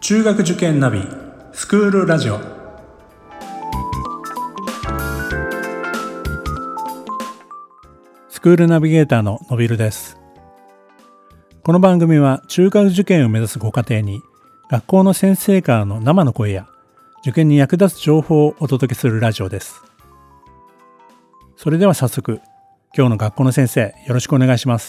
中学受験ナビスクールラジオ。スクールナビゲーターののびるです。この番組は中学受験を目指すご家庭に学校の先生からの生の声や受験に役立つ情報をお届けするラジオです。それでは早速、今日の学校の先生、よろしくお願いします。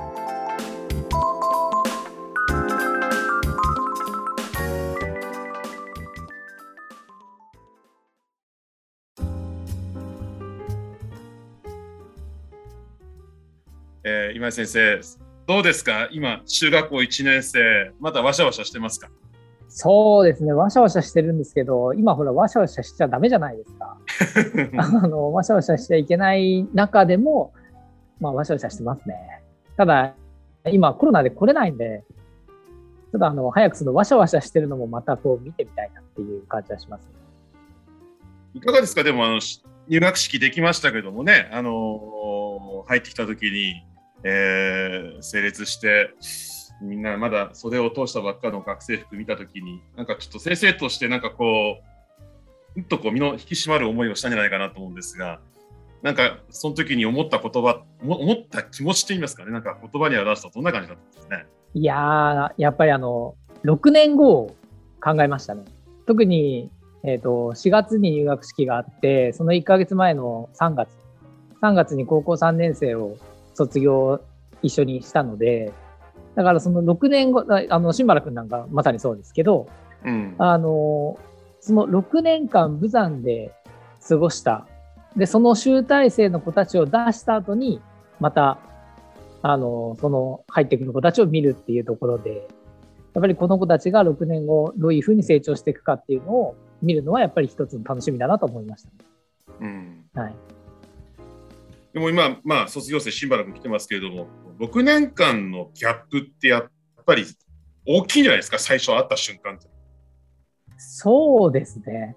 今井先生、どうですか？今中学校1年生、まだわしゃわしゃしてますか？ そうですね、わしゃわしゃしてるんですけど、今ほらわしゃわしゃしちゃダメじゃないですか。わしゃわしゃしちゃいけない中でも、わしゃわしゃしてますね。ただ今コロナで来れないんで、ちょっと早くそのわしゃわしゃしてるのもまたこう見てみたいなっていう感じはしますね。 いかがですか？でも入学式できましたけどもね、入ってきた時に、整列してみんなまだ袖を通したばっかの学生服見た時に、なんかちょっと先生としてなんかこう、身の引き締まる思いをしたんじゃないかなと思うんですが、なんかその時に思った言葉、思った気持ちといいますかね、なんか言葉に表すとどんな感じだったんですかね。 いやー、やっぱり6年後を考えましたね。特に4月に入学式があって、その1ヶ月前の3月に高校3年生を卒業一緒にしたので、だからその6年後、新原くんなんかまさにそうですけど、その6年間武山で過ごした。で、その集大成の子たちを出した後に、また、その入ってくる子たちを見るっていうところで、やっぱりこの子たちが6年後どういうふうに成長していくかっていうのを見るのはやっぱり一つの楽しみだなと思いましたね。はい。 でも今、卒業生新原君来てますけれども、6年間のギャップってやっぱり大きいんじゃないですか？最初会った瞬間って。 そうですね。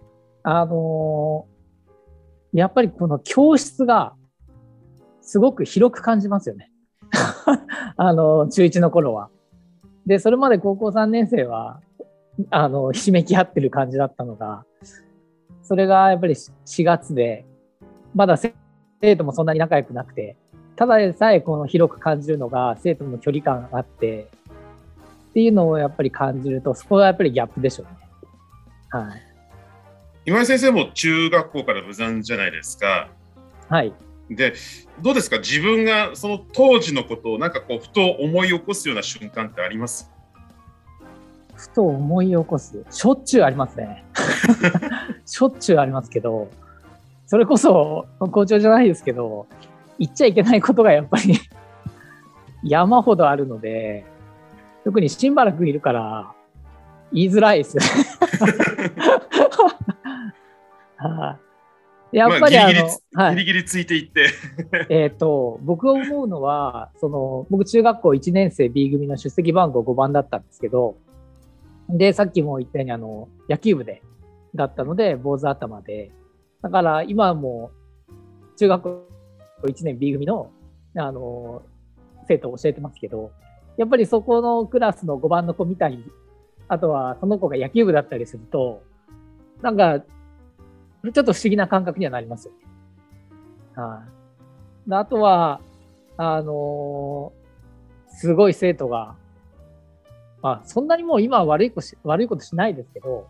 やっぱりこの教室がすごく広く感じますよね。中1の頃は。で、それまで高校3年生は、ひしめき合ってる感じだったのが、それがやっぱり4月で、まだ生徒もそんなに仲良くなくて、ただでさえこの広く感じるのが生徒の距離感があって、っていうのをやっぱり感じると、そこがやっぱりギャップでしょうね。はい。 今井先生も中学校から武山じゃないですか。 はい。 で、どうですか？自分がその当時のことをなんかこうふと思い起こすような瞬間ってあります？ ふと思い起こす。しょっちゅうありますね。しょっちゅうありますけど、それこそ校長じゃないですけど、言っちゃいけないことがやっぱり山ほどあるので、特に新原くんいるから言いづらいですよね。やっぱりギリギリついていって僕が思うのは僕中学校1年生 B 組の出席番号5番だったんですけど、でさっきも言ったように野球部だったので坊主頭で、だから今はもう中学校1年 B 組の生徒を教えてますけど、やっぱりそこのクラスの5番の子みたいに、あとはその子が野球部だったりすると、なんかちょっと不思議な感覚にはなりますよね。あとはすごい生徒が、そんなにもう今は悪いことしないですけど、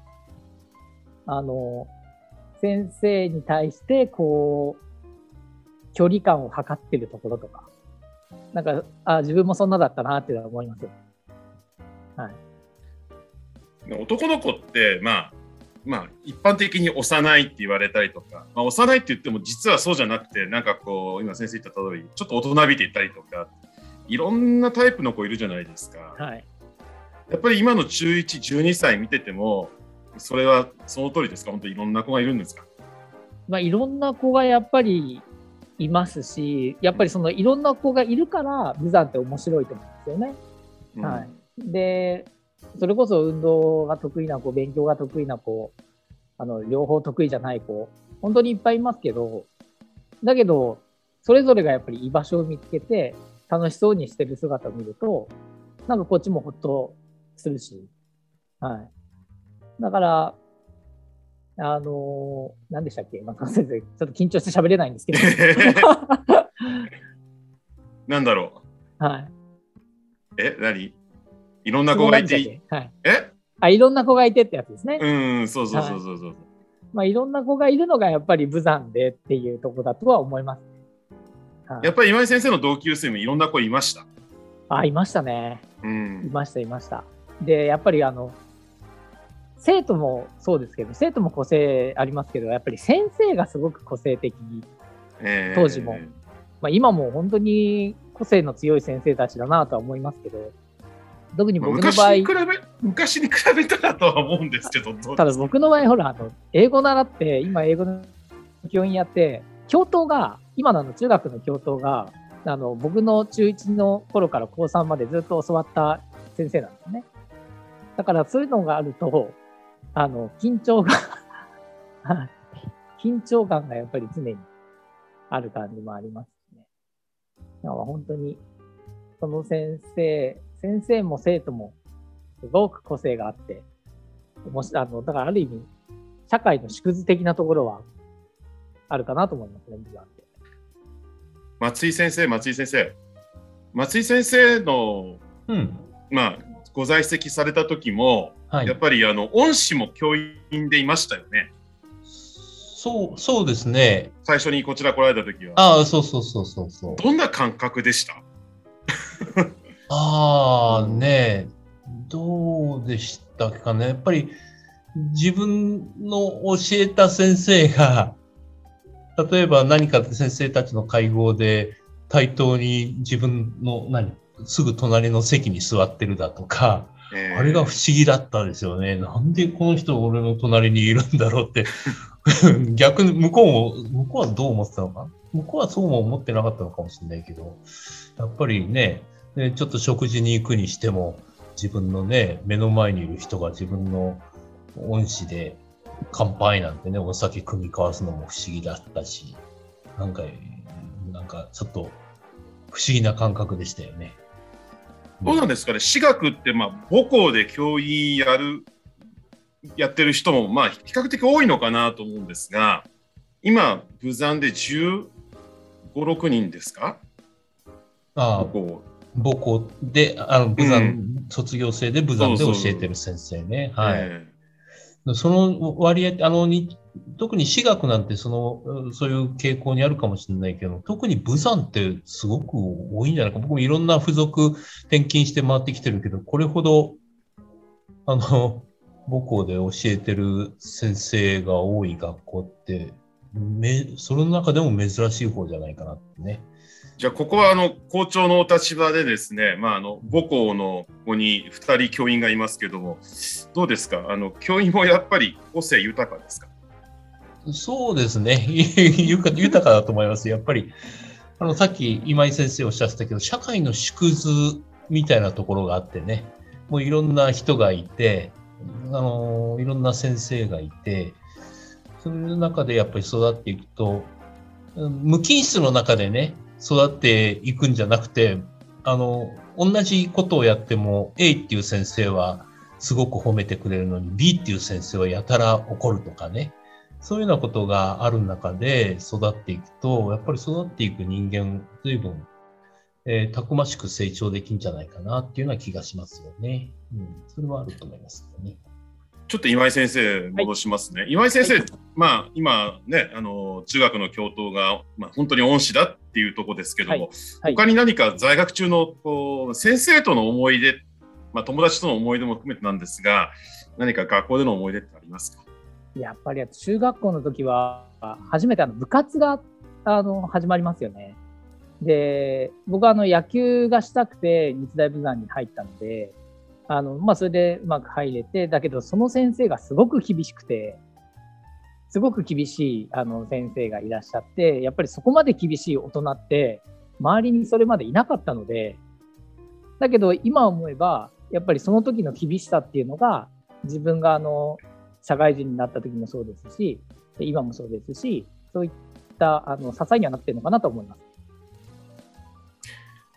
先生に対してこう距離感を測ってるところとか、なんか自分もそんなだったなって思いますよ。はい。 男の子って一般的に幼いって言われたりとか、幼いって言っても実はそうじゃなくて、なんかこう今先生言った通りちょっと大人びていたりとか、いろんなタイプの子いるじゃないですか。 はい。 やっぱり今の中1、12歳見ててもそれはその通りですか？本当にいろんな子がいるんですか？ いろんな子がやっぱりいますし、やっぱりそのいろんな子がいるから武山って面白いと思うんですよね。はい。で、それこそ運動が得意な子、勉強が得意な子、両方得意じゃない子、本当にいっぱいいますけど、だけどそれぞれがやっぱり居場所を見つけて楽しそうにしてる姿を見ると、なんかこっちもほっとするし、 はい。だから、何でしたっけ、松本先生、ちょっと緊張して喋れないんですけど。 なんだろう。はい。 何いろんな子がいてはい。いろんな子がいてってやつですね。 そうそうそうそうそう。はい、 まあ、いろんな子がいるのがやっぱり武山でっていうところだとは思います。 はい、やっぱり今井先生の同級生もいろんな子いました？ いましたね。 いました。で、やっぱり生徒もそうですけど、生徒も個性ありますけど、やっぱり先生がすごく個性的に、当時も、まあ、今も本当に個性の強い先生たちだなとは思いますけど、特に僕の場合、 昔に比べたらとは思うんですけど、 ただ僕の場合、ほら、英語習って、今英語の教員やって、教頭が、今の中学の教頭が、僕の中1の頃から高3までずっと教わった先生なんですね。だからそういうのがあると、緊張感がやっぱり常にある感じもありますね。だから本当に、その先生も生徒もすごく個性があって、だからある意味、社会の縮図的なところはあるかなと思いますね、 松井先生の、まあ、ご在籍された時も、はい、やっぱり恩師も教員でいましたよね。 そうですね。 最初にこちら来られた時は。 そう。 どんな感覚でした？ ね、どうでしたかね。やっぱり自分の教えた先生が、例えば何か先生たちの会合で対等に自分のすぐ隣の席に座ってるだとか、あれが不思議だったですよね。なんでこの人俺の隣にいるんだろうって逆に向こうはどう思ってたのか、向こうはそうも思ってなかったのかもしれないけど、やっぱりね、ちょっと食事に行くにしても自分のね目の前にいる人が自分の恩師で乾杯なんてねお酒酌み交わすのも不思議だったし、なんかちょっと不思議な感覚でしたよね。 どうなんですかね、私学って母校で教員やってる人も比較的多いのかなと思うんですが、今武山で15、16人ですか？ 母校で武山、卒業生で武山で教えてる先生ね。はい。その割合特に私学なんてそういう傾向にあるかもしれないけど、特に武山ってすごく多いんじゃないか。僕もいろんな付属転勤して回ってきてるけど、これほど母校で教えてる先生が多い学校ってその中でも珍しい方じゃないかなってね。 じゃあここは校長のお立場でですね、母校のここに2人教員がいますけども、どうですか？教員もやっぱり個性豊かですか？ そうですね。豊かだと思います。やっぱりさっき今井先生おっしゃってたけど、社会の縮図みたいなところがあってね、もういろんな人がいて、いろんな先生がいて、そういう中でやっぱり育っていくと、無菌室の中でね育っていくんじゃなくて、同じことをやっても A っていう先生はすごく褒めてくれるのに B っていう先生はやたら怒るとかね、そういうようなことがある中で育っていくと、やっぱり育っていく人間随分、たくましく成長できるんじゃないかなっていうような気がしますよね。それはあると思いますよね。 ちょっと今井先生戻しますね。はい、今井先生、今ね、中学の教頭が、本当に恩師だっていうところですけども、他に何か在学中の先生との思い出、友達との思い出も含めてなんですが、何か学校での思い出ってありますか？ やっぱり中学校の時は初めて部活が始まりますよね。で、僕は野球がしたくて日大武山に入ったので、それでうまく入れて、だけどその先生がすごく厳しくて、すごく厳しい先生がいらっしゃって、やっぱりそこまで厳しい大人って周りにそれまでいなかったので、だけど今思えばやっぱりその時の厳しさっていうのが自分が社会人になった時もそうですし、今もそうですし、そういった支えにはなっているのかなと思います。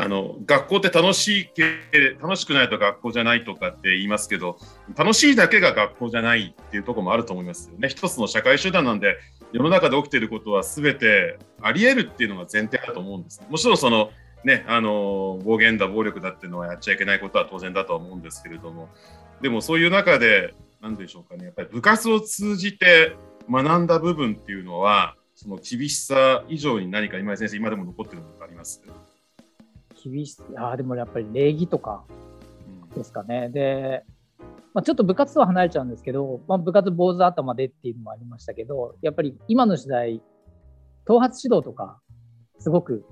学校って楽しくないと学校じゃないとかって言いますけど、楽しいだけが学校じゃないっていうところもあると思いますよね。一つの社会集団なんで、世の中で起きていることは全てあり得るっていうのが前提だと思うんです。もちろんそのね、暴言だ暴力だっていうのはやっちゃいけないことは当然だとは思うんですけれども、でもそういう中で何でしょうかね、やっぱり部活を通じて学んだ部分っていうのは、その厳しさ以上に何か今井先生今でも残っているものがあります？ 厳しさ、でもやっぱり礼儀とかですかね。で、ちょっと部活とは離れちゃうんですけど、部活坊主頭でっていうのもありましたけど、やっぱり今の時代、頭髪指導とか、すごく、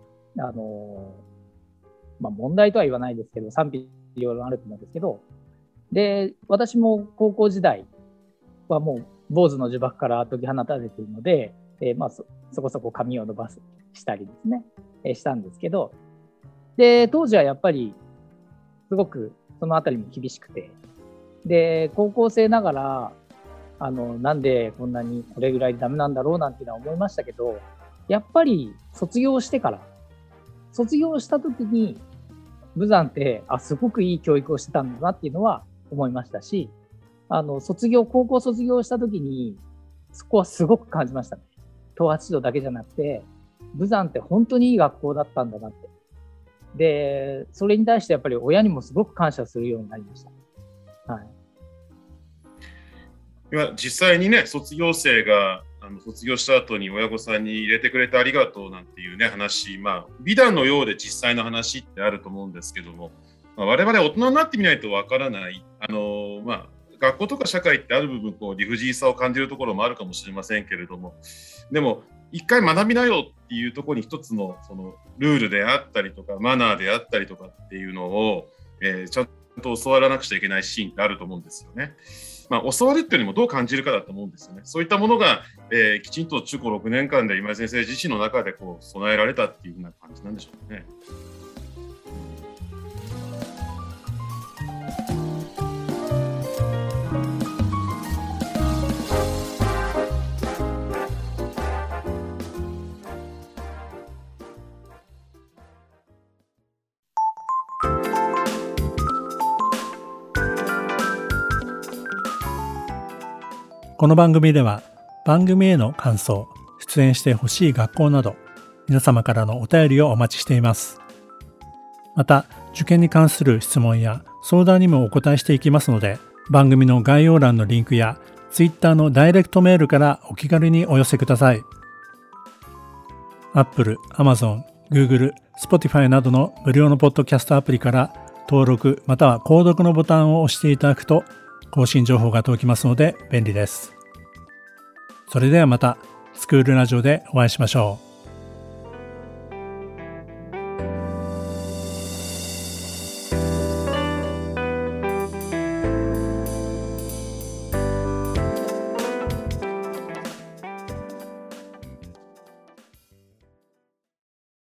問題とは言わないですけど、賛否いろいろあると思うんですけど、で、私も高校時代はもう坊主の呪縛から解き放たれているので、そこそこ髪を伸ばしたりですね、したんですけど、で、当時はやっぱり、すごくそのあたりも厳しくて、で、高校生ながら、なんでこんなにこれぐらいダメなんだろうなんていうのは思いましたけど、やっぱり卒業した時に、武山って、すごくいい教育をしてたんだなっていうのは思いましたし、高校卒業した時に、そこはすごく感じましたね。頭髪指導だけじゃなくて、武山って本当にいい学校だったんだなって。で、それに対してやっぱり親にもすごく感謝するようになりました。はい。 実際にね、卒業生が卒業した後に親御さんに入れてくれてありがとうなんていうね話、美談のようで実際の話ってあると思うんですけども、我々大人になってみないとわからない、学校とか社会ってある部分理不尽さを感じるところもあるかもしれませんけれども、でも一回学びなよっていうところに一つのそのルールであったりとかマナーであったりとかっていうのを、ちゃんと教わらなくちゃいけないシーンってあると思うんですよね。教わるっていうのもどう感じるかだと思うんですよね。そういったものが、きちんと中高6年間で今井先生自身の中で備えられたっていうふうな感じなんでしょうね。 この番組では番組への感想、出演してほしい学校など皆様からのお便りをお待ちしています。また受験に関する質問や相談にもお答えしていきますので、番組の概要欄のリンクや Twitter のダイレクトメールからお気軽にお寄せください。Apple、Amazon、Google、Spotify などの無料のポッドキャストアプリから登録または購読のボタンを押していただくと更新情報が届きますので便利です。それではまたスクールラジオでお会いしましょう。